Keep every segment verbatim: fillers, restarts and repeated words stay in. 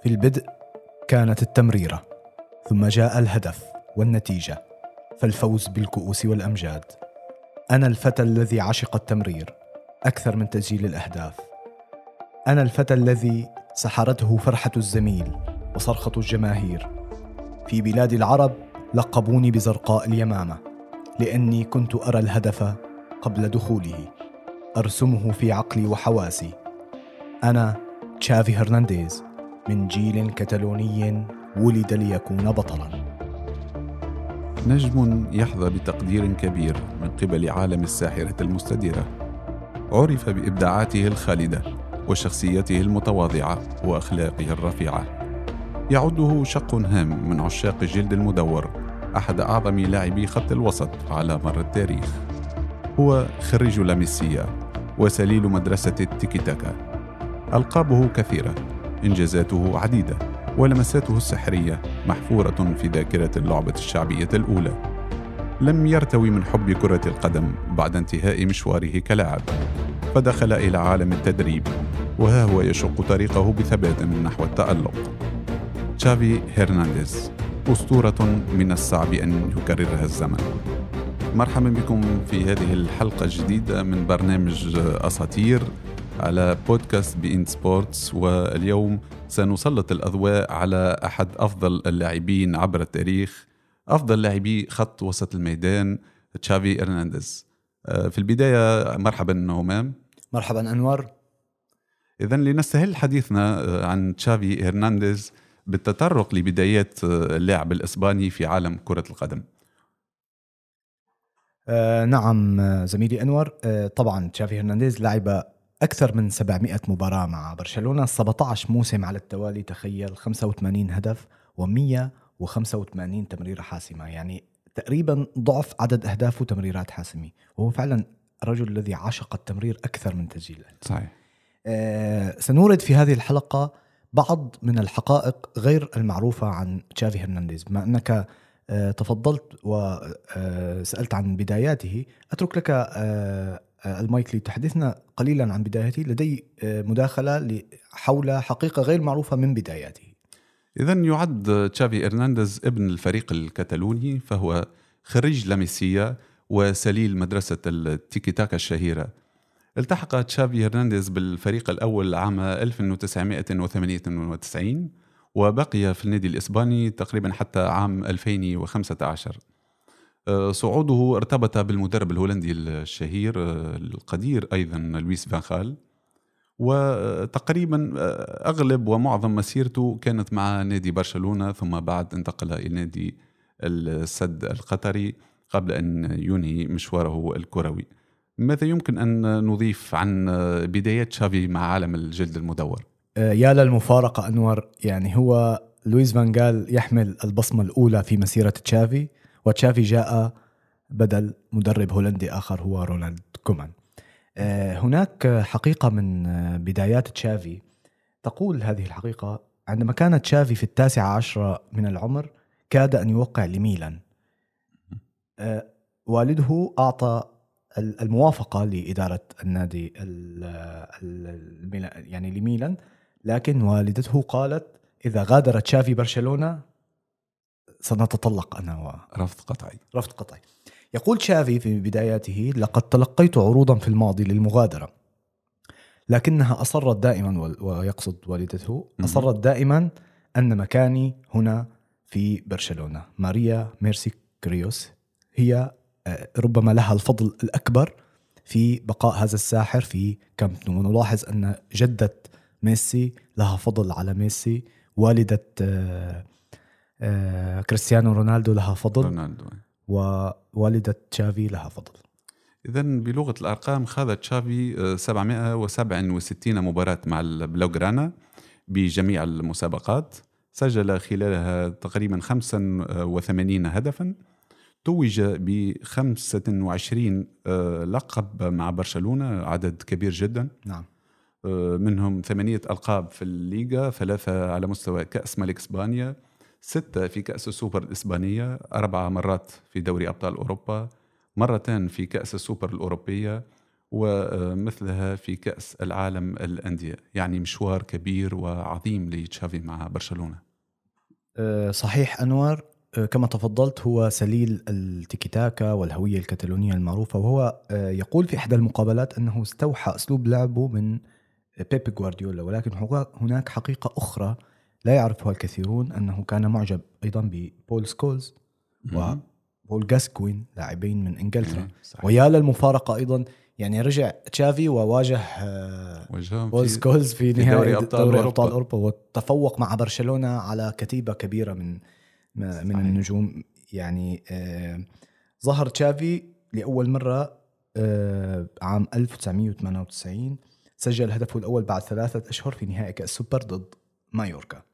في البدء كانت التمريرة، ثم جاء الهدف والنتيجة، فالفوز بالكؤوس والأمجاد. أنا الفتى الذي عشق التمرير أكثر من تسجيل الأهداف. أنا الفتى الذي سحرته فرحة الزميل وصرخة الجماهير. في بلاد العرب لقبوني بزرقاء اليمامة، لأني كنت أرى الهدف قبل دخوله، أرسمه في عقلي وحواسي. أنا تشافي هرنانديز، من جيل كتالوني ولد ليكون بطلاً. نجم يحظى بتقدير كبير من قبل عالم الساحرة المستديرة، عرف بإبداعاته الخالدة وشخصيته المتواضعة وأخلاقه الرفيعة. يعده شق هام من عشاق الجلد المدور أحد أعظم لاعبي خط الوسط على مر التاريخ. هو خريج لاميسيا وسليل مدرسة التيكي تاكا. ألقابه كثيرة، إنجازاته عديدة، ولمساته السحرية محفورة في ذاكرة اللعبة الشعبية الأولى. لم يرتوي من حب كرة القدم بعد انتهاء مشواره كلاعب، فدخل إلى عالم التدريب، وها هو يشق طريقه بثبات نحو التألق. تشافي هرنانديز، أسطورة من الصعب أن يكررها الزمن. مرحبا بكم في هذه الحلقة الجديدة من برنامج أساطير على بودكاست بإن سبورتس. واليوم سنسلط الأضواء على أحد أفضل اللاعبين عبر التاريخ، أفضل لاعبي خط وسط الميدان، تشافي هرنانديز. في البداية مرحبا همام. مرحبا أنور. إذن لنستهل حديثنا عن تشافي هرنانديز بالتطرق لبدايات اللاعب الإسباني في عالم كرة القدم. آه نعم زميلي أنور. آه طبعا تشافي هرنانديز لعب أكثر من سبعمائة مباراة مع برشلونة، سبعة عشر موسم على التوالي، تخيل، خمسة وثمانين هدف ومئة وخمسة وثمانين تمريرة حاسمة، يعني تقريبا ضعف عدد أهدافه تمريرات حاسمة. وهو فعلا الرجل الذي عشق التمرير أكثر من تسجيل. صحيح. آه سنورد في هذه الحلقة بعض من الحقائق غير المعروفة عن تشافي هرنانديز. بما أنك آه تفضلت وسألت عن بداياته، أترك لك آه المايك لتحدثنا قليلا عن بدايته. لدي مداخلة حول حقيقة غير معروفة من بداياته. إذن يعد تشافي هرنانديز ابن الفريق الكتالوني، فهو خريج لاميسيا وسليل مدرسة التيكي تاكا الشهيرة. التحق تشافي هرنانديز بالفريق الأول عام ألف وتسعمائة وثمانية وتسعين، وبقي في النادي الإسباني تقريبا حتى عام ألفين وخمسة عشر. صعوده ارتبط بالمدرب الهولندي الشهير القدير أيضا لويس فان خال، وتقريبا أغلب ومعظم مسيرته كانت مع نادي برشلونة، ثم بعد انتقل إلى نادي السد القطري قبل أن ينهي مشواره الكروي. ماذا يمكن أن نضيف عن بدايات تشافي مع عالم الجلد المدور؟ يا للمفارقة أنور، يعني هو لويس فان غال يحمل البصمة الأولى في مسيرة تشافي، وتشافي جاء بدل مدرب هولندي آخر هو رونالد كومان. هناك حقيقة من بدايات تشافي تقول هذه الحقيقة: عندما كان تشافي في التاسعة عشرة من العمر كاد أن يوقع لميلان. والده أعطى الموافقة لإدارة النادي يعني لميلان، لكن والدته قالت إذا غادر تشافي برشلونة سنتطلق أنا و... رفض قطعي رفض قطعي. يقول تشافي في بداياته: لقد تلقيت عروضا في الماضي للمغادرة، لكنها أصرت دائما، ويقصد والدته، أصرت دائما أن مكاني هنا في برشلونة. ماريا ميرسي كريوس هي ربما لها الفضل الأكبر في بقاء هذا الساحر في كامب نو. ونلاحظ أن جدة ميسي لها فضل على ميسي، والدة آه كريستيانو رونالدو لها فضل، رونالدو. ووالدة تشافي لها فضل. إذن بلغة الأرقام خاض تشافي سبعمائة وسبعة وستين مباراة مع البلوغرانا بجميع المسابقات، سجل خلالها تقريبا خمسة وثمانين هدفا، توج بخمسة وعشرين لقب مع برشلونة، عدد كبير جدا. نعم. منهم ثمانية ألقاب في الليغا، ثلاثة على مستوى كأس ملك إسبانيا، ستة في كأس السوبر الإسبانية، أربع مرات في دوري أبطال أوروبا، مرتين في كأس السوبر الأوروبية، ومثلها في كأس العالم الأندية. يعني مشوار كبير وعظيم لتشافي مع برشلونة. صحيح أنور، كما تفضلت هو سليل التيكي-تاكا والهوية الكتالونية المعروفة، وهو يقول في إحدى المقابلات أنه استوحى أسلوب لعبه من بيب غوارديولا، ولكن هناك حقيقة أخرى لا يعرفها الكثيرون، أنه كان معجب أيضا ببول سكولز وبول غاسكوين لاعبين من إنجلترا. ويا للمفارقة أيضا، يعني رجع تشافي وواجه بول سكولز في نهائي دوري أبطال, دوري أبطال أوروبا، وتفوق مع برشلونة على كتيبة كبيرة من من صحيح. النجوم. يعني آه ظهر تشافي لأول مرة آه عام ألف وتسعمائة وثمانية وتسعين، سجل هدفه الأول بعد ثلاثة أشهر في نهائي كأس السوبر ضد مايوركا،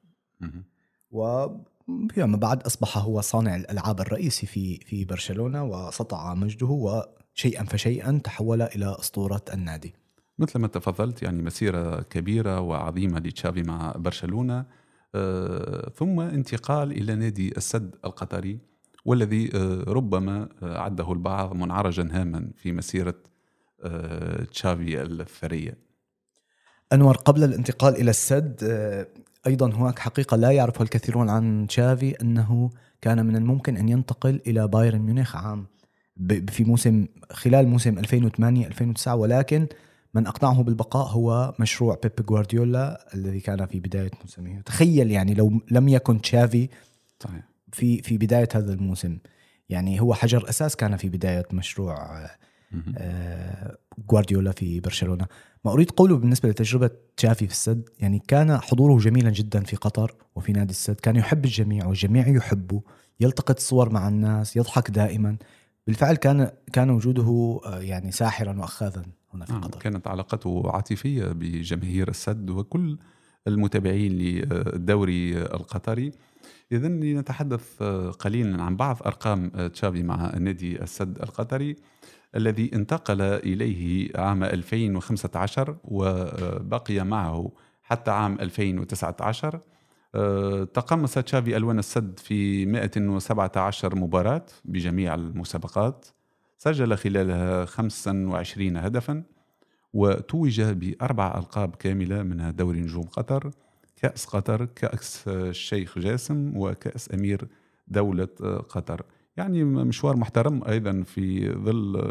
وفيما بعد أصبح هو صانع الألعاب الرئيسي في في برشلونة، وسطع مجده وشيئا فشيئا تحول إلى أسطورة النادي. مثل ما تفضلت، يعني مسيرة كبيرة وعظيمة لتشافي مع برشلونة، آه ثم انتقال إلى نادي السد القطري، والذي آه ربما عده البعض منعرجا هاما في مسيرة آه تشافي الثرية. أنور، قبل الانتقال إلى السد أيضا هناك حقيقة لا يعرفها الكثيرون عن تشافي، أنه كان من الممكن أن ينتقل إلى بايرن ميونخ عام في موسم خلال موسم ألفين وثمانية ألفين وتسعة، ولكن من أقنعه بالبقاء هو مشروع بيب غوارديولا الذي كان في بداية موسمه. تخيل يعني لو لم يكن تشافي في في بداية هذا الموسم، يعني هو حجر أساس كان في بداية مشروع آه غوارديولا في برشلونة. ما أريد قوله بالنسبة لتجربة تشافي في السد، يعني كان حضوره جميلا جدا في قطر وفي نادي السد، كان يحب الجميع والجميع يحبه، يلتقط الصور مع الناس، يضحك دائما. بالفعل كان كان وجوده يعني ساحرا وأخاذا هنا في قطر. كانت علاقته عاطفية بجماهير السد وكل المتابعين للدوري القطري. إذن نتحدث قليلا عن بعض أرقام تشافي مع نادي السد القطري الذي انتقل إليه عام ألفين وخمسة عشر وبقي معه حتى عام ألفين وتسعة عشر. تقمص تشافي ألوان السد في مئة وسبعة عشر مباراة بجميع المسابقات، سجل خلالها خمسة وعشرين هدفا، وتوج بأربع ألقاب كاملة، منها دوري نجوم قطر، كأس قطر، كأس الشيخ جاسم، وكأس أمير دولة قطر. يعني مشوار محترم أيضا في ظل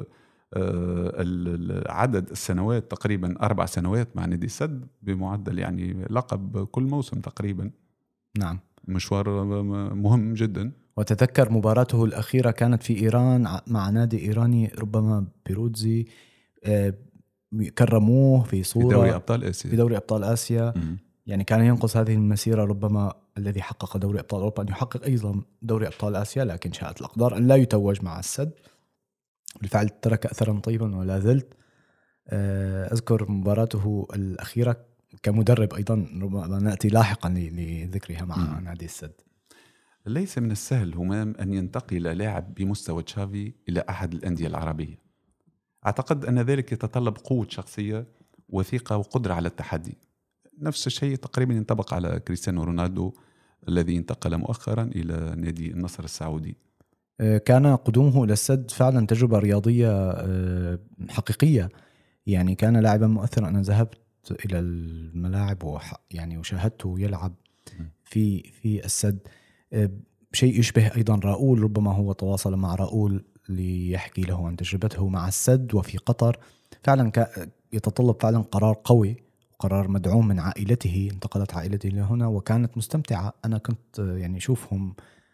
عدد السنوات، تقريبا أربع سنوات مع نادي السد بمعدل يعني لقب كل موسم تقريبا. نعم، مشوار مهم جدا. وتذكر مباراته الأخيرة كانت في إيران مع نادي إيراني ربما بيروتزي، كرموه في صورة في دوري أبطال آسيا, في دوري أبطال آسيا. م- يعني كان ينقص هذه المسيرة ربما الذي حقق دوري أبطال أوروبا أن يحقق أيضا دوري أبطال آسيا، لكن شاءت الأقدار أن لا يتوج مع السد. بالفعل ترك أثرا طيبا ولا زلت أذكر مباراته الأخيرة كمدرب أيضا، ربما نأتي لاحقا لذكرها مع م. نادي السد. ليس من السهل همام أن ينتقل لاعب بمستوى تشافي إلى أحد الأندية العربية. أعتقد أن ذلك يتطلب قوة شخصية وثقة وقدرة على التحدي. نفس الشيء تقريبا ينطبق على كريستيانو رونالدو الذي انتقل مؤخرا إلى نادي النصر السعودي. كان قدومه إلى السد فعلا تجربة رياضية حقيقية، يعني كان لاعبا مؤثرا. أنا ذهبت إلى الملاعب وح يعني وشاهدته يلعب في في السد. شيء يشبه أيضا راؤول، ربما هو تواصل مع راؤول ليحكي له عن تجربته مع السد وفي قطر. فعلا يتطلب فعلا قرار قوي، قرار مدعوم من عائلته. انتقلت عائلته لهنا وكانت مستمتعة. أنا كنت يعني أشوفهم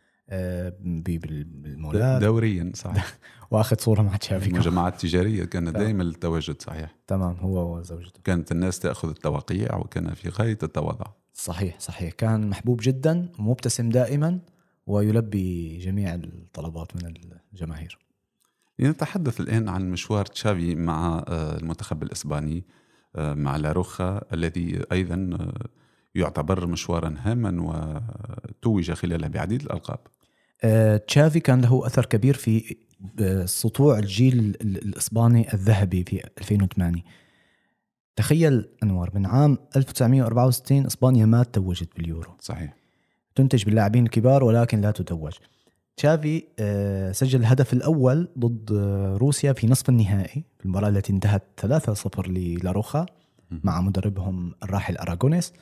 بالمولات دوريا صحيح واخذ صورة مع تشافي. المجمعات التجارية كان دائما التواجد صحيح. تمام، هو وزوجته. كانت الناس تأخذ التوقيع وكان في غاية التواضع. صحيح صحيح، كان محبوب جدا ومبتسم دائما ويلبي جميع الطلبات من الجماهير. نتحدث الآن عن مشوار تشافي مع المنتخب الإسباني مع لاروخا، الذي أيضا يعتبر مشوارا هاما وتوج خلاله بعديد الألقاب. تشافي كان له أثر كبير في سطوع الجيل الإسباني الذهبي في ألفين وثمانية. تخيل أنور، من عام ألف وتسعمائة وأربعة وستين إسبانيا ما توجت باليورو. صحيح. تنتج باللاعبين الكبار ولكن لا تتوج. تشافي سجل الهدف الأول ضد روسيا في نصف النهائي في المباراة التي انتهت ثلاثة صفر للاروخا مع مدربهم الراحل أراغونيس،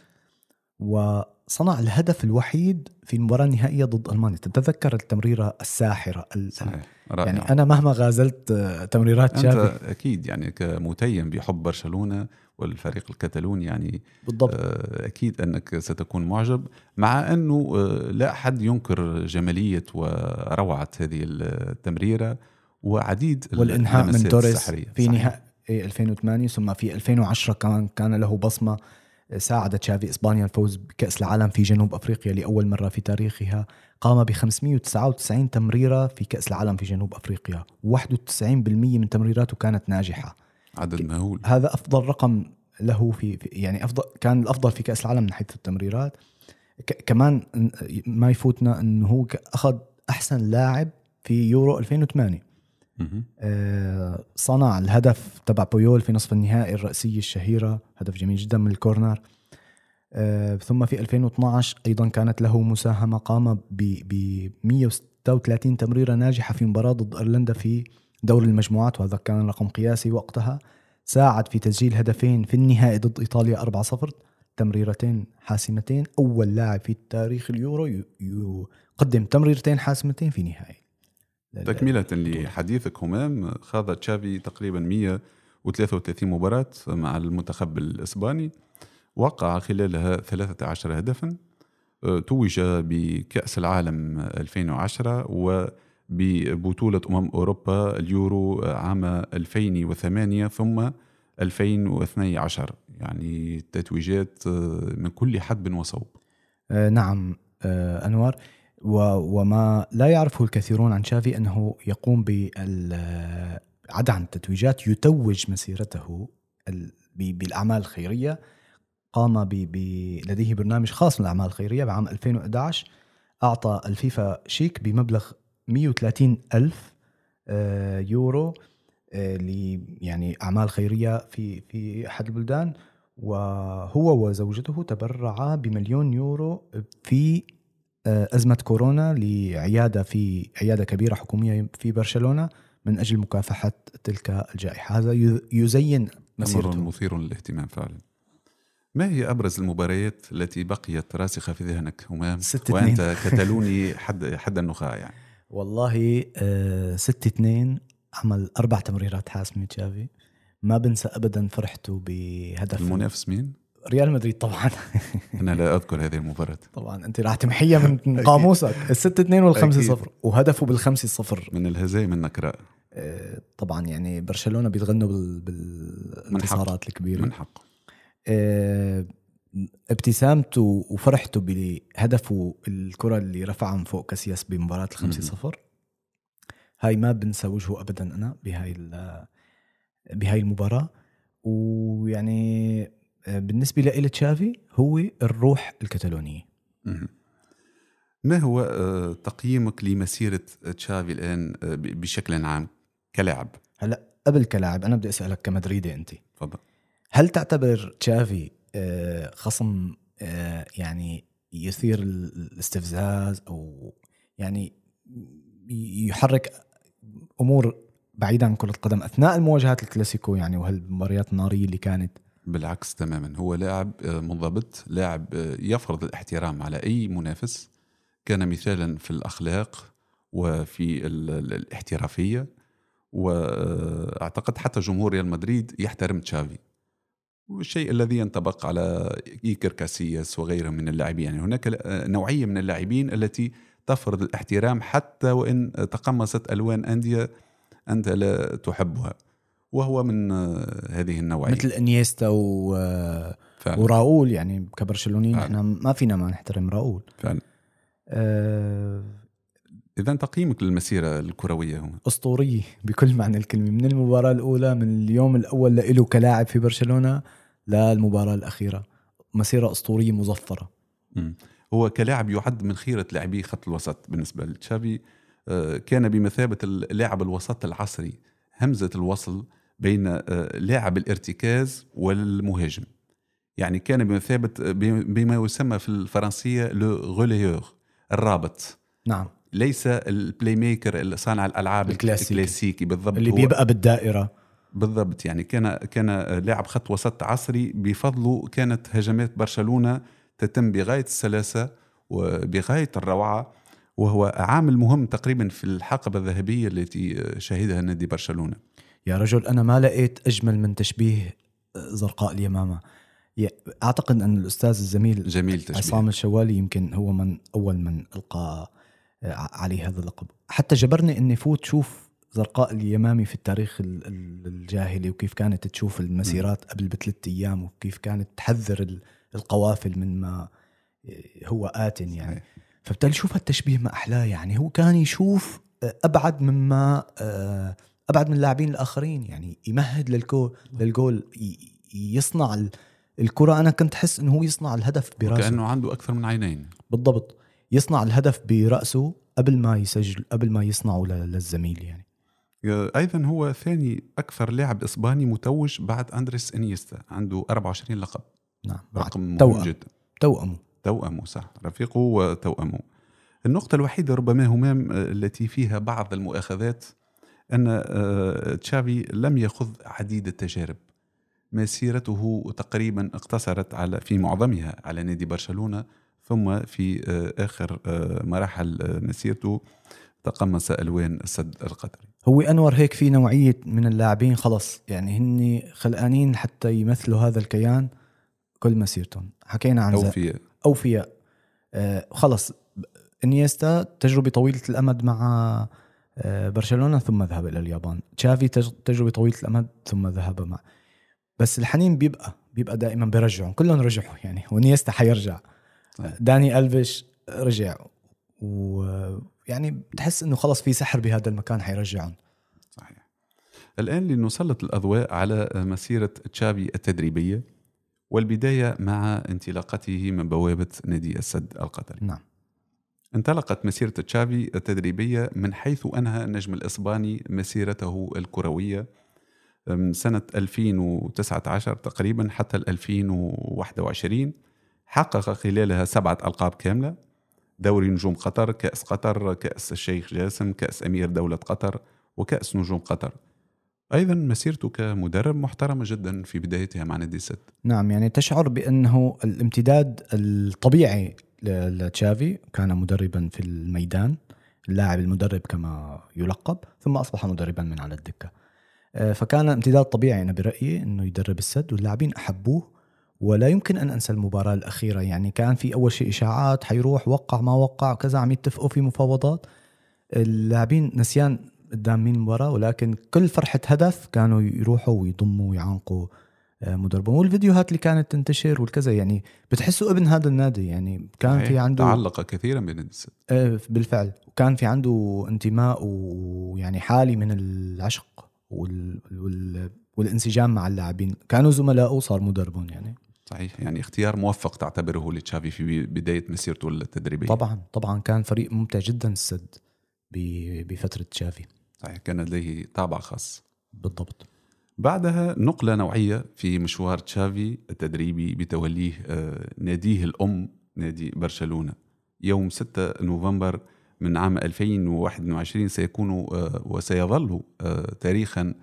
وصنع الهدف الوحيد في المباراة النهائية ضد ألمانيا. تتذكر التمريرة الساحرة؟ صحيح. يعني أنا مهما غازلت تمريرات أنت تشافي أكيد يعني كمتيم بحب برشلونة والفريق الكتالوني يعني بالضبط. أكيد أنك ستكون معجب، مع أنه لا أحد ينكر جمالية وروعة هذه التمريرة وعديد والإنهاء من توريس في صحيح. نهائي ألفين وثمانية، ثم في ألفين وعشرة كان كان له بصمة. ساعد تشافي إسبانيا الفوز بكأس العالم في جنوب أفريقيا لأول مرة في تاريخها. قام ب خمسمائة وتسعة وتسعين تمريرة في كأس العالم في جنوب أفريقيا، واحد وتسعين بالمئة من تمريراته كانت ناجحة. عدد مهول. هذا أفضل رقم له في يعني أفضل كان الأفضل في كأس العالم من حيث التمريرات. كمان ما يفوتنا أنه هو أخذ أحسن لاعب في يورو ألفين وثمانية. آه صنع الهدف تبع بويول في نصف النهائي الرأسية الشهيرة، هدف جميل جدا من الكورنر. آه ثم في ألفين واثناشر أيضا كانت له مساهمة، قام ب مئة وستة وثلاثين تمريرة ناجحة في مباراة ضد إيرلندا في دور المجموعات، وهذا كان رقم قياسي وقتها. ساعد في تسجيل هدفين في النهائي ضد إيطاليا أربعة صفر، تمريرتين حاسمتين. أول لاعب في تاريخ اليورو يقدم تمريرتين حاسمتين في نهائي. تكملة لحديثك همام، خاض تشافي تقريبا مئة وثلاثة وثلاثين مباراة مع المنتخب الإسباني، وقع خلالها ثلاثة عشر هدفا، توج بكأس العالم ألفين وعشرة وببطولة أمم أوروبا اليورو عام ألفين وثمانية ثم ألفين واثني عشر، يعني تتويجات من كل حدب وصوب. آه نعم آه أنور. وما لا يعرفه الكثيرون عن تشافي أنه يقوم بعدد عن التتويجات، يتوج مسيرته بالأعمال الخيرية. قام ب... ب... لديه برنامج خاص للأعمال الخيرية. بعام ألفين وأحد عشر أعطى الفيفا شيك بمبلغ مئة وثلاثين ألف يورو ل يعني أعمال خيرية في في أحد البلدان، وهو وزوجته تبرعا بمليون يورو في أزمة كورونا لعيادة في عيادة كبيرة حكومية في برشلونة من أجل مكافحة تلك الجائحة. هذا يزين مسيرته. أمر مثير للاهتمام فعلا. ما هي أبرز المباريات التي بقيت راسخة في ذهنك همام وأنت كتالوني حد حد النخاع يعني؟ والله آه ستة اثنين عمل أربع تمريرات حاسمة تشافي. ما بنسى أبدا فرحته بهدف. المنافس مين؟ ريال مدريد طبعا. أنا لا أذكر هذه المباراة طبعا. أنت راح تمحيها من قاموسك. الستة اثنين والخمسة صفر، وهدفه بالخمسة صفر من الهزائم النكراء. آه طبعا يعني برشلونة بيتغنوا بالانتصارات الكبيرة من حق. آه ابتسامته وفرحته بهدفه الكرة اللي رفعها من فوق كاسياس بمباراة الخمسة صفر، هاي ما بنسى وجهه أبدا أنا بهاي بهاي المباراة. ويعني بالنسبة لإلي تشافي هو الروح الكتالونية. ما هو تقييمك لمسيرة تشافي الآن بشكل عام كلاعب؟ هلأ قبل كلاعب أنا بدي أسألك كمدريدي أنت، فضل. هل تعتبر تشافي خصم يعني يثير الاستفزاز أو يعني يحرك أمور بعيدا عن كرة القدم أثناء المواجهات الكلاسيكو يعني وهالمباريات النارية اللي كانت؟ بالعكس تماما، هو لاعب منضبط، لاعب يفرض الاحترام على أي منافس، كان مثالا في الأخلاق وفي الاحترافية، وأعتقد حتى جمهور ريال مدريد يحترم تشافي، والشيء الذي ينطبق على إيكر كاسياس وغيره من اللاعبين. يعني هناك نوعية من اللاعبين التي تفرض الاحترام حتى وإن تقمصت ألوان أندية أنت لا تحبها، وهو من هذه النوعية مثل إنيستا و... وراؤول. يعني كبرشلونيين احنا ما فينا ما نحترم راؤول فعلا. أه... إذن تقييمك للمسيرة الكروية هنا أسطورية بكل معنى الكلمة، من المباراة الأولى من اليوم الأول له كلاعب في برشلونة للمباراة الأخيرة، مسيرة أسطورية مظفرة. م. هو كلاعب يعد من خيرة لاعبي خط الوسط بالنسبة لتشافي، كان بمثابة اللاعب الوسط العصري، همزة الوصل بين لاعب الارتكاز والمهاجم. يعني كان بمثابة بما يسمى في الفرنسية لو غوليور، الرابط نعم. ليس البلاي ميكر صانع الألعاب الكلاسيكي, الكلاسيكي بالضبط اللي بيبقى بالدائرة بالضبط. يعني كان كان لاعب خط وسط عصري، بفضله كانت هجمات برشلونة تتم بغاية السلاسة وبغاية الروعة، وهو عامل مهم تقريبا في الحقبة الذهبية التي شهدها نادي برشلونة. يا رجل أنا ما لقيت أجمل من تشبيه زرقاء اليمامة. أعتقد أن الأستاذ الزميل جميل عصام الشوالي يمكن هو من أول من ألقى عليه هذا اللقب. حتى جبرني أني فوت شوف زرقاء اليمامي في التاريخ الجاهلي، وكيف كانت تشوف المسيرات قبل بثلاثة أيام، وكيف كانت تحذر القوافل من ما هو آت يعني. فبالتالي شوف التشبيه ما أحلاه. يعني هو كان يشوف أبعد مما أبعد من اللاعبين الآخرين، يعني يمهد للجول للجول يصنع الكرة. أنا كنت حس إنه هو يصنع الهدف برأسه، كأنه عنده أكثر من عينين. بالضبط، يصنع الهدف برأسه قبل ما يسجل، قبل ما يصنعه للزميل يعني. أيضا هو ثاني أكثر لاعب إسباني متوج بعد أندريس إنيستا، عنده أربعة وعشرين لقب. نعم، رقم مهم توأم. جدا. توأمه توأمه صح، رفيقه وتوأمه. النقطة الوحيدة ربما همام التي فيها بعض المؤاخذات أن تشافي لم يخض عديد التجارب. مسيرته تقريبا اقتصرت على في معظمها على نادي برشلونة، ثم في آخر مراحل مسيرته تقمص ألوان السد القطري. هو أنور هيك في نوعية من اللاعبين خلص يعني هني خلقانين حتى يمثلوا هذا الكيان كل مسيرتهم. حكينا عن أوفياء أوفياء آه خلص. إنيستا تجربة طويلة الأمد مع آه برشلونة ثم ذهب إلى اليابان. تشافي تجربة طويلة الأمد ثم ذهب مع، بس الحنين بيبقى بيبقى دائما بيرجعهم، كلهم رجعوا يعني. وإنيستا حيرجع، داني ألفيش رجع، ويعني بتحس إنه خلص في سحر بهذا المكان حيرجعهم. صحيح. الآن لنسلط الأضواء على مسيرة تشافي التدريبية، والبداية مع انطلاقته من بوابة نادي السد القطري. نعم. انطلقت مسيرة تشافي التدريبية من حيث أنهى النجم الإسباني مسيرته الكروية من سنة ألفين وتسعة عشر تقريبا حتى ألفين وواحد وعشرين. حقق خلالها سبعة ألقاب كاملة: دوري نجوم قطر، كأس قطر، كأس الشيخ جاسم، كأس أمير دولة قطر، وكأس نجوم قطر. أيضا مسيرته كمدرب محترمة جدا في بدايتها مع نادي السد. نعم، يعني تشعر بأنه الامتداد الطبيعي لتشافي كان مدربا في الميدان، اللاعب المدرب كما يلقب، ثم أصبح مدربا من على الدكة. فكان امتداد طبيعي أنا برأيي أنه يدرب السد، واللاعبين أحبوه. ولا يمكن أن أنسى المباراة الأخيرة، يعني كان في أول شيء إشاعات حيروح وقع ما وقع كذا، عم يتفقوا في مفاوضات، اللاعبين نسيان قدام مين المباراة، ولكن كل فرحة هدف كانوا يروحوا ويضموا ويعانقوا مدربهم. والفيديوهات اللي كانت تنتشر والكذا يعني بتحسوا ابن هذا النادي، يعني كان في عنده تعلق كثيرا بنادي السد بالفعل، وكان في عنده انتماء ويعني حالي من العشق وال... وال... والانسجام مع اللاعبين، كانوا زملاء وصار مدربهم يعني. صحيح، يعني اختيار موفق تعتبره لتشافي في بداية مسيرته التدريبية. طبعا طبعا كان فريق ممتع جدا السد بفترة تشافي. صحيح، كان لديه طابع خاص. بالضبط. بعدها نقلة نوعية في مشوار تشافي التدريبي بتوليه ناديه الأم نادي برشلونة. يوم ستة نوفمبر من عام ألفين وواحد وعشرين سيكون وسيظل تاريخا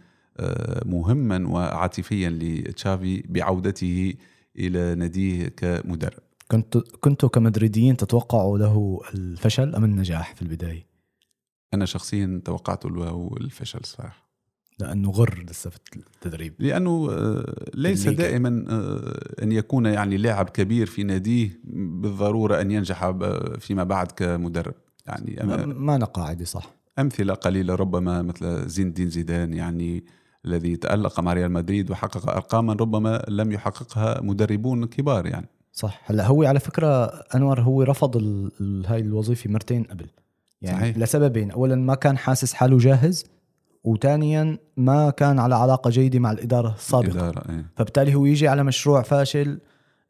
مهما وعاطفيا لتشافي بعودته إلى ناديه كمدرب. كنت كنتوا كمدريديين تتوقعوا له الفشل أم النجاح في البداية؟ أنا شخصيا توقعت له الفشل صراحة، لأنه غر لسه في التدريب، لأنه ليس دائما أن يكون يعني لاعب كبير في ناديه بالضرورة أن ينجح فيما بعد كمدرب. يعني ما أنا قاعدي صح. أمثلة قليلة ربما مثل زين الدين زيدان، يعني الذي تألق مع ريال مدريد وحقق أرقاما ربما لم يحققها مدربون كبار يعني. صح. هلا هو على فكرة أنور هو رفض هاي الوظيفة مرتين قبل، يعني صحيح. لسببين: أولا ما كان حاسس حاله جاهز، وثانيا ما كان على علاقة جيدة مع الإدارة السابقة. إيه. فبالتالي هو يجي على مشروع فاشل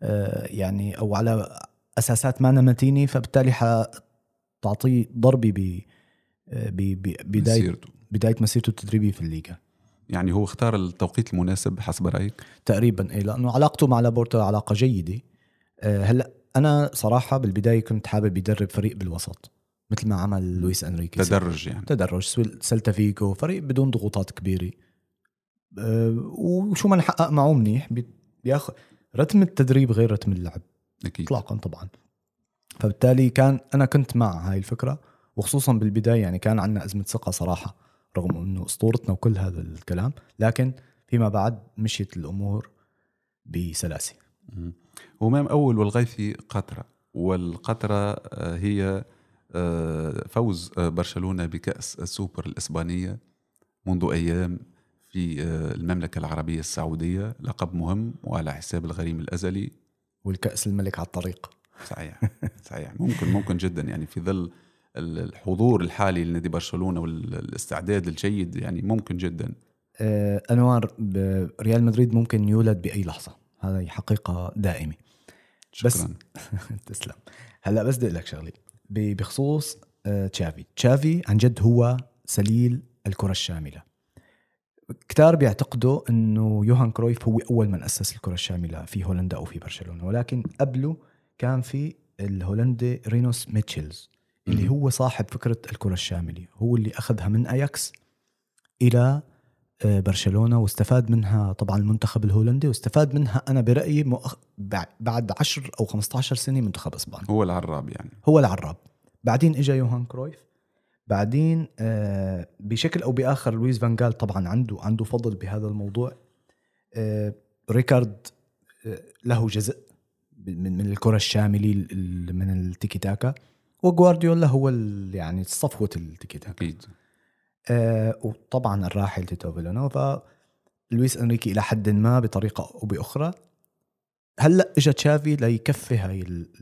يعني أو على أساسات ما متينة، فبالتالي حتعطيه ضربة ببداية بداية مسيرته التدريبية في الليغا. يعني هو اختار التوقيت المناسب حسب رأيك؟ تقريبا إيه، لأنه علاقته مع لابورتا علاقة جيدة. هلأ أنا صراحة بالبداية كنت حابب يدرب فريق بالوسط، مثل ما عمل لويس أنريكي. تدرج يعني تدرج. سيلتا فيغو فريق بدون ضغوطات كبيرة، أه وشو ما نحقق معه منيح، بياخذ رتم التدريب غير رتم اللعب أكيد إطلاقا طبعا. فبالتالي كان أنا كنت مع هاي الفكرة، وخصوصا بالبداية يعني كان عندنا أزمة ثقة صراحة رغم أنه أسطورتنا وكل هذا الكلام، لكن فيما بعد مشيت الأمور بسلاسة. همام أول والغيثي قطرة، والقطرة هي فوز برشلونة بكأس السوبر الإسبانية منذ أيام في المملكة العربية السعودية، لقب مهم وعلى حساب الغريم الأزلي، والكأس الملك على الطريق. صحيح صحيح ممكن ممكن جدا يعني في ظل الحضور الحالي لنادي برشلونة والاستعداد الجيد يعني ممكن جدا. آه أنوار، ريال مدريد ممكن يولد بأي لحظة، هذه حقيقة دائمة. شكرا. بس تسلم. هلا بس بدي أقول لك شغلة بخصوص آه تشافي. تشافي عن جد هو سليل الكرة الشاملة. كتار بيعتقدوا أنه يوهان كرويف هو أول من أسس الكرة الشاملة في هولندا أو في برشلونة، ولكن قبله كان في الهولندي رينوس ميتشيلز اللي م- هو صاحب فكرة الكرة الشاملة، هو اللي أخذها من أياكس إلى برشلونة واستفاد منها طبعا المنتخب الهولندي، واستفاد منها أنا برأيي مؤخ... بعد عشر أو خمسة عشر سنة منتخب إسبانيا. هو العراب يعني هو العراب. بعدين إجا يوهان كرويف، بعدين آه بشكل أو بآخر لويس فان غال طبعا عنده عنده فضل بهذا الموضوع. آه ريكارد آه له جزء من من الكرة الشاملة من التيكي تاكا، وغوارديولا هو يعني صفوة التيكي تاكا أكيد. آه وطبعا الراحل تيتو فيلانوفا، لويس أنريكي إلى حد ما بطريقة أو بأخرى. هلأ إجا تشافي ليكفي هاي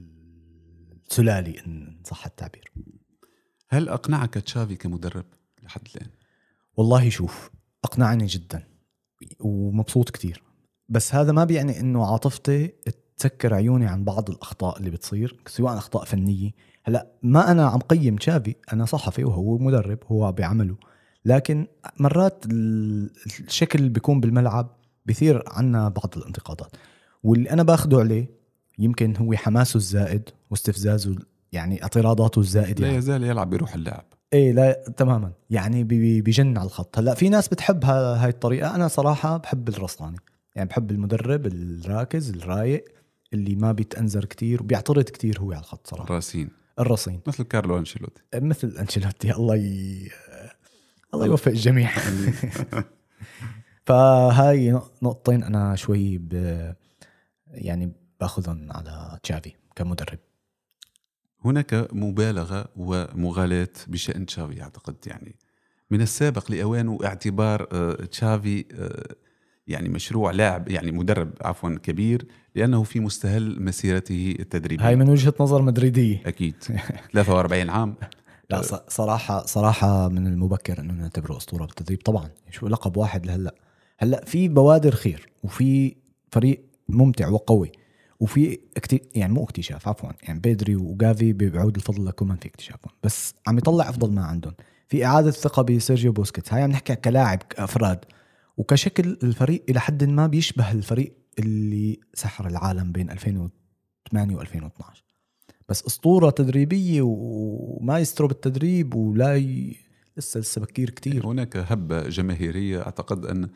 السلالي إن صح التعبير. هل أقنعك تشافي كمدرب لحد الآن؟ والله شوف، أقنعني جدا ومبسوط كتير، بس هذا ما بيعني إنه عاطفتي تسكر عيوني عن بعض الأخطاء اللي بتصير، سواء أخطاء فنية. هلأ ما أنا عم قيم تشافي، أنا صحفي وهو مدرب، هو بعمله، لكن مرات الشكل اللي بيكون بالملعب بيثير عنا بعض الانتقادات، واللي أنا باخده عليه يمكن هو حماسه الزائد واستفزازه، يعني اعتراضاته الزائدة. لا يعني يزال يلعب بروح اللعب. ايه لا تماما، يعني بيجن على الخط. هلا في ناس بتحب هاي الطريقة، أنا صراحة بحب الرصاني، يعني بحب المدرب الراكز الرايق اللي ما بيتأنزر كتير وبيعترض كتير هو على الخط صراحة. الراسين الرصين مثل كارلو أنشيلوتي. مثل أنشيلوتي، الله ي... الله يوفق الجميع. فهاي نقطتين أنا شوي ب... يعني باخذهم على تشافي كمدرب. هناك مبالغة ومغالاة بشأن تشافي أعتقد، يعني من السابق لأوانه اعتبار تشافي يعني مشروع لاعب، يعني مدرب عفوا كبير، لأنه في مستهل مسيرته التدريبية. هاي من وجهة نظر مدريدية أكيد. ثلاثة وأربعين عام. لا صراحة صراحة من المبكر أنه نعتبره أسطورة بالتدريب طبعا. شو لقب واحد لهلأ، هلأ في بوادر خير وفي فريق ممتع وقوي وفي اكتي... يعني مو اكتشاف عفوا، يعني بيدري وغافي بيعود الفضل لكم في اكتشافهم، بس عم يطلع أفضل ما عندهم. في إعادة ثقة بسيرجيو بوسكيتس، هاي عم نحكي كلاعب كأفراد، وكشكل الفريق إلى حد ما بيشبه الفريق اللي سحر العالم بين ألفين وثمانية وألفين واثناشر. بس أسطورة تدريبية وما يستروا بالتدريب ولا ي... لسه لسه بكير كتير. هناك هبة جماهيرية أعتقد أن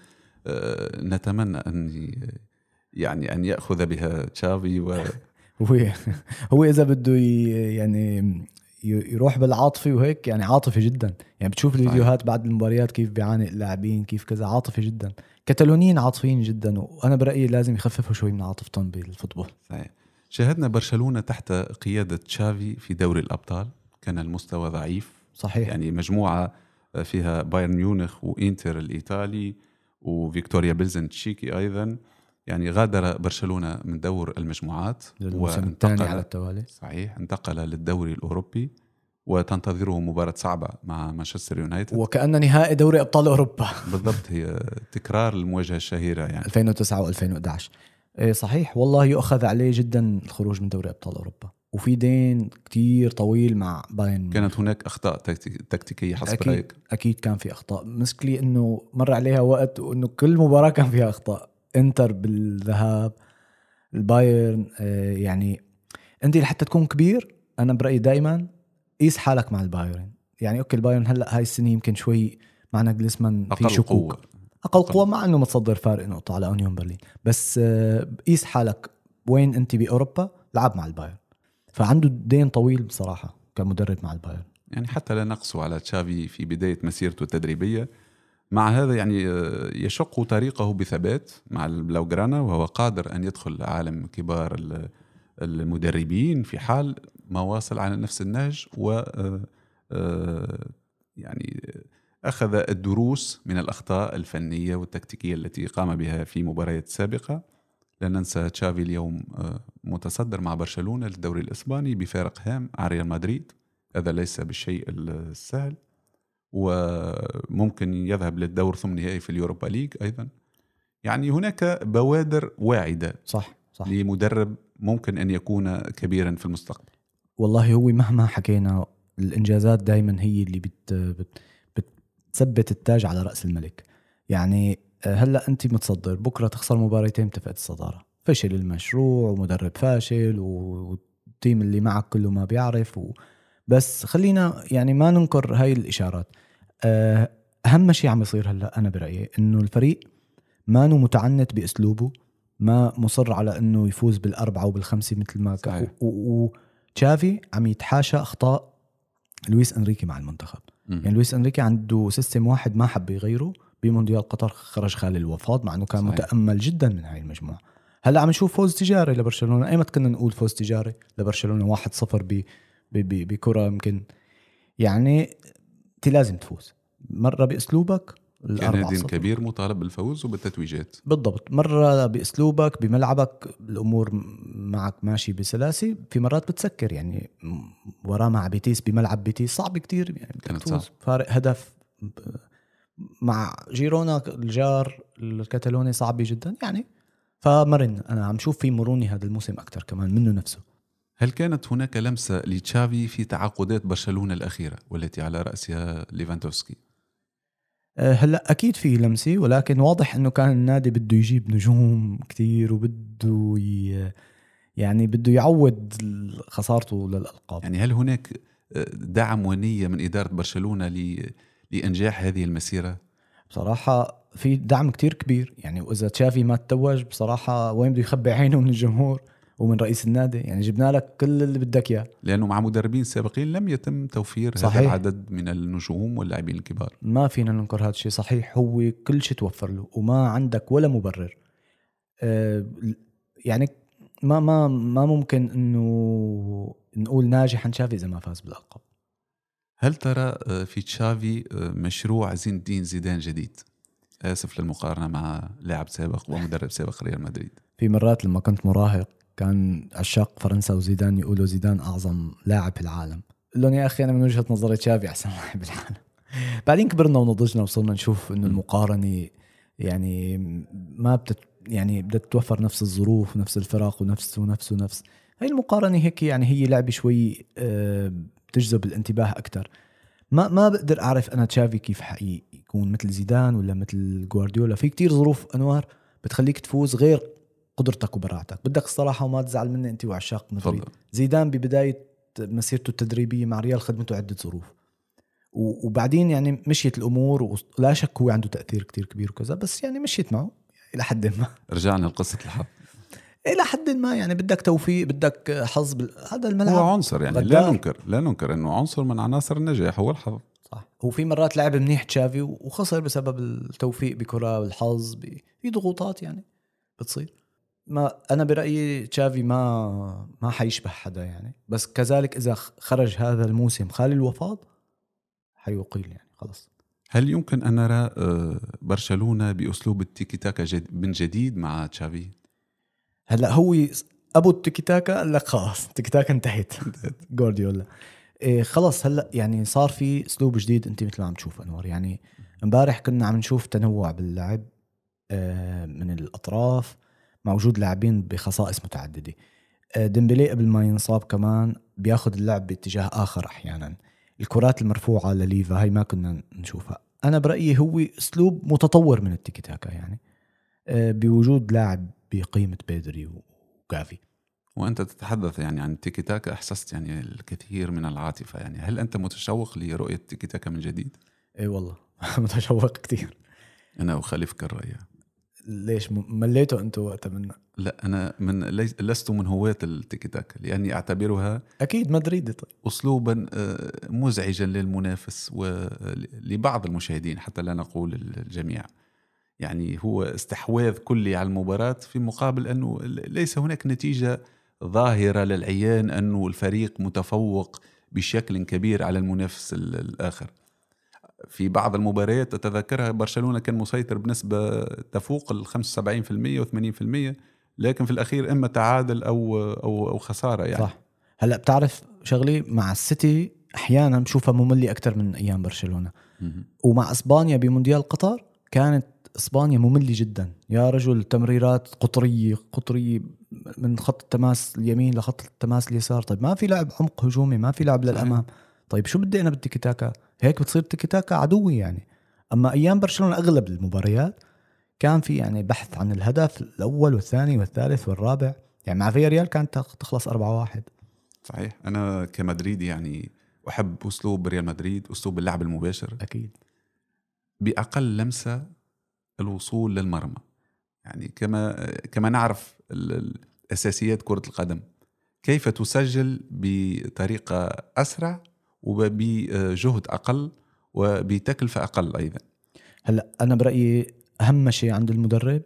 نتمنى أن يعني أن يأخذ بها تشافي و... هو هو إذا بده يعني يروح بالعاطفي وهيك، يعني عاطفي جدا، يعني بتشوف الفيديوهات بعد المباريات كيف بيعاني اللاعبين كيف كذا، عاطفي جدا. كتالونيين عاطفيين جدا، وأنا برأيي لازم يخففوا شوي من عاطفتهم بالفوتبول. صحيح. شاهدنا برشلونة تحت قيادة تشافي في دوري الأبطال، كان المستوى ضعيف. صحيح. يعني مجموعة فيها بايرن ميونخ وإنتر الإيطالي وفيكتوريا بلزن تشيكي أيضا، يعني غادر برشلونة من دور المجموعات الموسم الثاني على التوالي. صحيح. انتقل للدوري الأوروبي وتنتظره مباراة صعبة مع مانشستر يونايتد، وكأن نهائي دوري أبطال أوروبا. بالضبط، هي تكرار المواجهة الشهيرة يعني ألفين وتسعة وألفين وإحدى عشر. إيه صحيح، والله يؤخذ عليه جدا الخروج من دوري أبطال أوروبا، وفي دين كتير طويل مع باين. كانت هناك أخطاء تكتيكية حسب أكيد رأيك؟ أكيد كان في أخطاء، مشكلة إنه مر عليها وقت وإنه كل مباراة كان فيها أخطاء. إنتر بالذهاب، البايرن، يعني أنت لحتى تكون كبير أنا برأيي دايما قيس حالك مع البايرن. يعني اوكي البايرن هلا هاي السنه يمكن شوي معنا جليسمان في أقل شكوك، قوة. اقل قوه مع انه متصدر فارق نقطه على اونيون برلين، بس قيس حالك وين انت باوروبا، لعب مع البايرن، فعنده دين طويل بصراحه كمدرب مع البايرن. يعني حتى لا نقسو على تشافي في بداية مسيرته التدريبية، مع هذا يعني يشق طريقه بثبات مع البلاوغرانا، وهو قادر أن يدخل عالم كبار المدربين في حال ما واصل على نفس النهج، و يعني أخذ الدروس من الأخطاء الفنية والتكتيكية التي قام بها في مباريات سابقة. لا ننسى تشافي اليوم متصدر مع برشلونة للدوري الإسباني بفارق هام عن ريال مدريد، هذا ليس بالشيء السهل، وممكن يذهب للدور ثم نهائي في اليوروبا ليج أيضا. يعني هناك بوادر واعدة صح صح لمدرب ممكن أن يكون كبيرا في المستقبل. والله هو مهما حكينا الإنجازات دايما هي اللي بت بت بتثبت التاج على رأس الملك. يعني هلأ أنت متصدر، بكرة تخسر مباريتين تفقد الصدارة، فشل المشروع ومدرب فاشل والتيم اللي معك كله ما بيعرف و... بس خلينا يعني ما ننكر هاي الإشارات. أهم شيء عم يصير هلأ أنا برأيي إنه الفريق ما نو متعنت بأسلوبه، ما مصر على إنه يفوز بالأربعة وبالخمسة مثل ما كان، وتشافي عم يتحاشى أخطاء لويس أنريكي مع المنتخب. م- يعني لويس أنريكي عنده سيستم واحد ما حب يغيره بمونديال قطر، خرج خالي الوفاض مع أنه كان صحيح. متأمل جدا من هاي المجموعة. هلأ عم نشوف فوز تجاري لبرشلونة. أيمت كنا نقول فوز تجاري لبرشلونة واحد صفر ب بكرة يمكن. يعني تي لازم تفوز مرة بأسلوبك، كنادي كبير مطالب بالفوز وبالتتويجات بالضبط، مرة بأسلوبك بملعبك الأمور معك ماشي بسلاسة، في مرات بتسكر. يعني ورا مع بيتيس بملعب بيتيس صعب كتير، يعني كانت صعب. فارق هدف مع جيرونا الجار الكتالوني صعب جدا يعني. فمرن أنا عم شوف في مروني هذا الموسم أكتر كمان منه نفسه. هل كانت هناك لمسة لتشافي في تعاقدات برشلونة الأخيرة والتي على رأسها ليفاندوفسكي؟ هلا أكيد في لمسي، ولكن واضح إنه كان النادي بده يجيب نجوم كتير وبده ي... يعني بده يعوض خسارته للألقاب. يعني هل هناك دعم ونية من إدارة برشلونة ل... لإنجاح هذه المسيرة؟ بصراحة في دعم كتير كبير يعني، وإذا تشافي ما تتوج بصراحة وين بده يخبي عينه من الجمهور ومن رئيس النادي. يعني جبنا لك كل اللي بدك إياه، لأنه مع مدربين سابقين لم يتم توفير صحيح. هذا العدد من النجوم واللاعبين الكبار. ما فينا ننكر هذا الشيء، صحيح هو كل شيء توفر له وما عندك ولا مبرر. أه يعني ما ما ما ممكن إنه نقول ناجح عن تشافي إذا ما فاز بالألقاب. هل ترى في تشافي مشروع زين الدين زيدان جديد؟ آسف للمقارنة مع لاعب سابق ومدرب سابق ريال مدريد. في مرات لما كنت مراهق كان عشاق فرنسا وزيدان يقولوا زيدان أعظم لاعب في العالم. قلون يا أخي أنا من وجهة نظري تشافي أحسن لاعب في العالم. بعدين كبرنا ونضجنا وصلنا نشوف إنه المقارنة يعني ما بتت يعني بدها تتوفر نفس الظروف ونفس الفرق ونفس ونفس ونفس هاي المقارنة هيك. يعني هي لعبة شوي بتجذب الانتباه أكتر. ما ما بقدر أعرف أنا تشافي كيف حقيقي يكون مثل زيدان ولا مثل جوارديولا. في كتير ظروف أنوار بتخليك تفوز غير قدرتك وبراعتك. بدك الصراحة وما تزعل مني أنت وعشاق مدريد، زيدان ببداية مسيرته التدريبية مع ريال خدمته عدة ظروف، وبعدين يعني مشيت الأمور ولا شك هو عنده تأثير كتير كبير وكذا، بس يعني مشيت معه إلى حد ما. رجعنا لقصة الحظ إلى حد ما، يعني بدك توفيق بدك حظ بال... هذا الملعب هو عنصر يعني لا ننكر لا ننكر إنه عنصر من عناصر النجاح هو الحظ. صح. وفي مرات لعب منيح تشافي وخسر بسبب التوفيق بكرة والحظ ب... في ضغوطات يعني بتصير. ما أنا برأيي تشافي ما ما حيشبه حدا يعني، بس كذلك إذا خرج هذا الموسم خالي الوفاض حيقيل يعني خلاص. هل يمكن أن نرى برشلونة بأسلوب التيكي تاكا جد من جديد مع تشافي؟ هلا هو أبو التيكي تاكا لك خلاص التيكي تاكا انتهت. جوارديولا إيه خلاص. هلا يعني صار في أسلوب جديد. أنت مثل ما عم تشوف أنور، يعني امبارح كنا عم نشوف تنوع باللعب من الأطراف، موجود لاعبين بخصائص متعددة. ديمبلي قبل ما ينصاب كمان بياخد اللعب باتجاه آخر أحيانا. الكرات المرفوعة لليفا هاي ما كنا نشوفها. أنا برأيي هو أسلوب متطور من التيكي تاكا يعني بوجود لاعب بقيمة بيدري وغافي. وأنت تتحدث يعني عن تيكي تاكا أحسست يعني الكثير من العاطفة. يعني هل أنت متشوق لرؤية تيكي تاكا من جديد؟ اي والله متشوق كتير. أنا أخالفك الرأي. ليش مليتوا أنتوا وقتها منه؟ لا أنا من لست من هواة التيكي تاكا لأني أعتبرها أكيد مدريدي طيب. أسلوبا مزعجا للمنافس ولبعض المشاهدين حتى لا نقول الجميع. يعني هو استحواذ كلي على المباراة في مقابل أنه ليس هناك نتيجة ظاهرة للعيان أنه الفريق متفوق بشكل كبير على المنافس الآخر. في بعض المباريات أتذكرها برشلونة كان مسيطر بنسبة تفوق ال خمسة وسبعين بالمئة و ثمانين بالمئة، لكن في الأخير إما تعادل أو أو أو خسارة يعني. صح. هلا بتعرف شغلي مع السيتي أحيانا بشوفها مملة أكتر من أيام برشلونة. ومع إسبانيا بمونديال قطر كانت إسبانيا مملة جدا يا رجل. تمريرات قطرية قطرية من خط التماس اليمين لخط التماس اليسار. طيب ما في لعب عمق هجومي، ما في لعب للأمام. طيب شو بدي أنا بالتيكي تاكا؟ هيك بتصير تيكي تاكا عدوي يعني. أما أيام برشلونة أغلب المباريات كان في يعني بحث عن الهدف الأول والثاني والثالث والرابع. يعني مع فياريال كانت تخلص أربعة واحد. صحيح. أنا كمدريد يعني أحب أسلوب ريال مدريد، أسلوب اللعب المباشر. أكيد. بأقل لمسة الوصول للمرمى. يعني كما كما نعرف الأساسيات كرة القدم، كيف تسجل بطريقة أسرع وبجهد أقل وبتكلفة أقل أيضا. هلأ أنا برأيي أهم شيء عند المدرب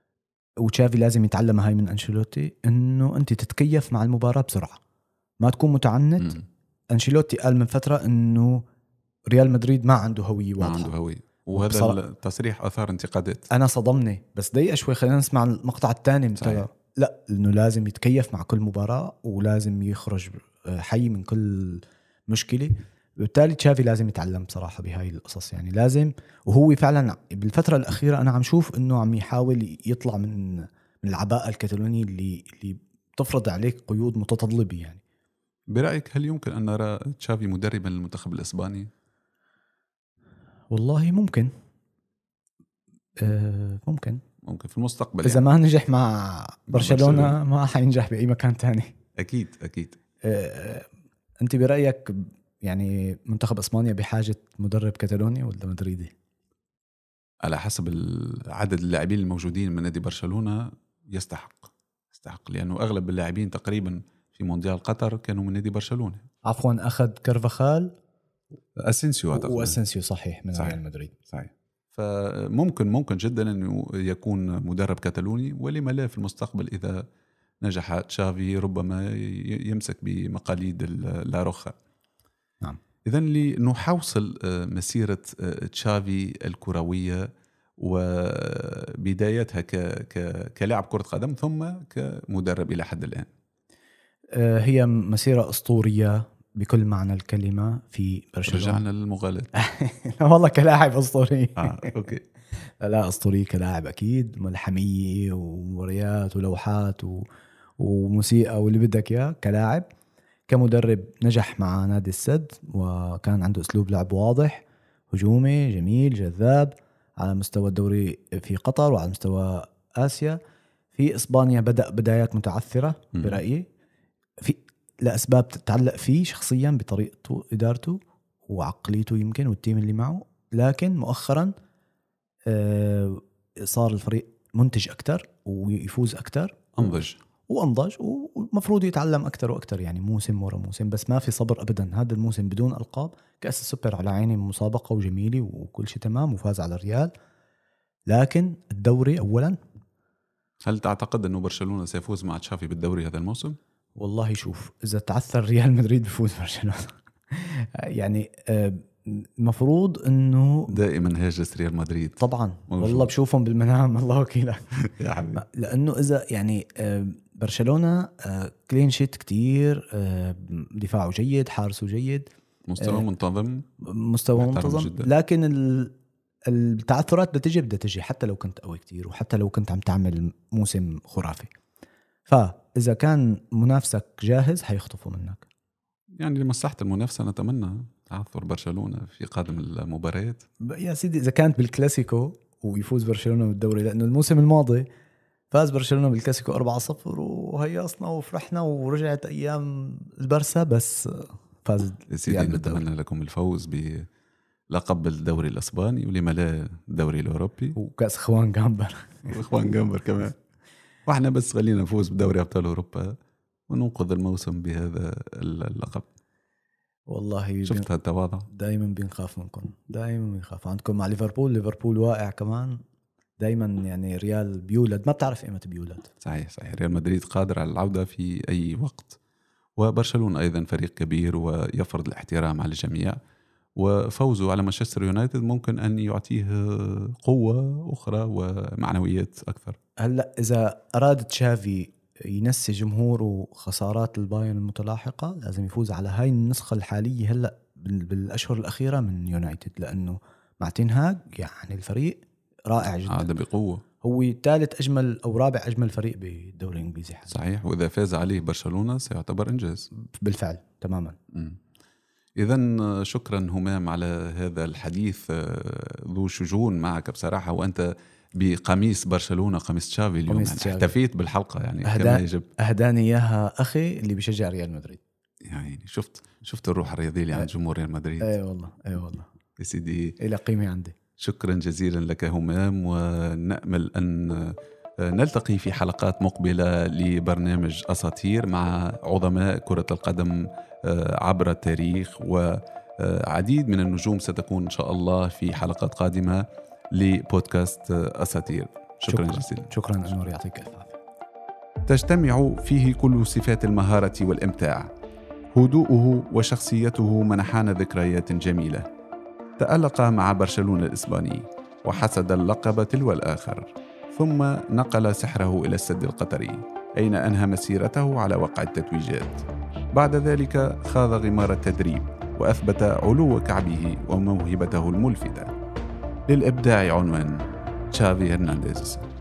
وتشافي لازم يتعلم هاي من أنشيلوتي، إنه أنت تتكيف مع المباراة بسرعة، ما تكون متعنت. م. أنشيلوتي قال من فترة إنه ريال مدريد ما عنده هوية واضحة. ما عنده هوية، وهذا التصريح أثار انتقادات. أنا صدمني، بس دقيقة شوي خلينا نسمع المقطع الثاني. لا، إنه لازم يتكيف مع كل مباراة ولازم يخرج حي من كل مشكلة. بالتالي تشافي لازم يتعلم بصراحة بهاي القصص. يعني لازم، وهو فعلا بالفترة الأخيرة أنا عم شوف إنه عم يحاول يطلع من من العباءة الكتالونية اللي اللي تفرض عليك قيود متطلبة. يعني برأيك هل يمكن أن نرى تشافي مدربا للمنتخب الإسباني؟ والله ممكن. آه ممكن ممكن في المستقبل. إذا يعني ما نجح مع برشلونة, برشلونة ما حينجح بأي مكان تاني. أكيد أكيد. آه أنت برأيك يعني منتخب إسبانيا بحاجة مدرب كتالوني ولا مدريدي؟ على حسب عدد اللاعبين الموجودين من نادي برشلونة يستحق يستحق لأنه أغلب اللاعبين تقريبا في مونديال قطر كانوا من نادي برشلونة. عفوا أخذ كارفاخال أسينسيو وأسينسيو صحيح من ريال مدريد. صحيح. فممكن ممكن جدا أنه يكون مدرب كتالوني، ولما لا في المستقبل إذا نجح تشافي ربما يمسك بمقاليد لاروخا. نعم. إذن لنحوصل مسيرة تشافي الكروية وبدايتها كلاعب كرة قدم ثم كمدرب إلى حد الآن. هي مسيرة أسطورية بكل معنى الكلمة في برشلونة. رجعنا للمغالاة. والله كلاعب أسطوري. آه، أوكي. لا أسطوري كلاعب أكيد، ملحمية ومباريات ولوحات و... وموسيقى واللي بدك إياه كلاعب. كمدرب نجح مع نادي السد وكان عنده أسلوب لعب واضح هجومي جميل جذاب على مستوى الدوري في قطر وعلى مستوى آسيا. في إسبانيا بدأ بدايات متعثرة برأيي في لأسباب تتعلق فيه شخصيا بطريقته إدارته وعقليته يمكن والتيم اللي معه، لكن مؤخرا صار الفريق منتج أكتر ويفوز أكتر، أنضج وأنضج ومفروض يتعلم أكتر وأكتر. يعني موسم ورا موسم، بس ما في صبر أبدا. هذا الموسم بدون ألقاب، كأس السوبر على عيني مسابقة وجميلة وكل شيء تمام وفاز على الريال، لكن الدوري أولا. هل تعتقد أنه برشلونة سيفوز مع تشافي بالدوري هذا الموسم؟ والله شوف، إذا تعثر ريال مدريد بفوز برشلونة. يعني المفروض أنه دائما هاجس ريال مدريد طبعا موجود. والله بشوفهم بالمنام الله وكيلك. يا حبيبي. لأنه إذا يعني برشلونة كلين شيت كتير، دفاعه جيد، حارسه جيد، مستوى منتظم مستوى منتظم جدا. لكن التعثرات بتجي بدها تجي حتى لو كنت قوي كتير وحتى لو كنت عم تعمل موسم خرافي. فإذا كان منافسك جاهز حيخطفوا منك. يعني لمصلحة المنافسة نتمنى تعثر برشلونة في قادم المباريات يا سيدي. إذا كانت بالكلاسيكو ويفوز برشلونة بالدوري، لأنه الموسم الماضي فاز برشلونة بالكلاسيكو أربعة صفر وهيصنا وفرحنا ورجعت أيام البرسا، بس فاز سيدي. نتمنى لكم الفوز بلقب الدوري الأسباني ولما لا الدوري الأوروبي وكأس خوان جامبر وإخوان جامبر كمان. وإحنا بس خلينا نفوز بدوري أبطال أوروبا وننقذ الموسم بهذا اللقب. والله شفت هالتواضع، دائما بنخاف منكم، دائما بنخاف عندكم مع ليفربول. ليفربول واقع كمان دائما، يعني ريال بيولد، ما بتعرف قيمة بيولد. صحيح صحيح. ريال مدريد قادر على العودة في أي وقت، وبرشلونة أيضا فريق كبير ويفرض الاحترام على الجميع، وفوزه على مانشستر يونايتد ممكن أن يعطيه قوة أخرى ومعنويات أكثر. هلأ إذا أراد تشافي ينسي جمهوره خسارات البايرن المتلاحقة لازم يفوز على هاي النسخة الحالية هلأ بالأشهر الأخيرة من يونايتد، لأنه مع تنهاج يعني الفريق رائع جدا. هذا بقوة، هو ثالث أجمل أو رابع أجمل فريق بالدوري الإنجليزي حاليا. صحيح، وإذا فاز عليه برشلونة سيعتبر إنجاز بالفعل تماما. إذن شكرا همام على هذا الحديث ذو شجون معك بصراحة، وأنت بقميص برشلونة، قميص تشافي اليوم، يعني احتفيت بالحلقة يعني أهدا كما يجب. أهداني إياها أخي اللي بيشجع ريال مدريد. يعني شفت شفت الروح الرياضية اللي عند جمهور ريال مدريد. أي والله أي والله يا سيدي، إلى قيمة عندي. شكرا جزيلا لك همام، ونأمل أن نلتقي في حلقات مقبلة لبرنامج أساطير مع عظماء كرة القدم عبر التاريخ، وعديد من النجوم ستكون إن شاء الله في حلقات قادمة لبودكاست أساطير. شكرا, شكرا جزيلا. شكرا أنور، يعطيك ألف عافية. تجتمع فيه كل صفات المهارة والإمتاع، هدوءه وشخصيته منحان ذكريات جميلة. تألق مع برشلونة الإسباني وحسد اللقب تلو الآخر، ثم نقل سحره إلى السد القطري، أين أنهى مسيرته على وقع التتويجات. بعد ذلك خاض غمار التدريب وأثبت علو كعبه وموهبته الملفتة. للإبداع عنوان: تشافي هرنانديز.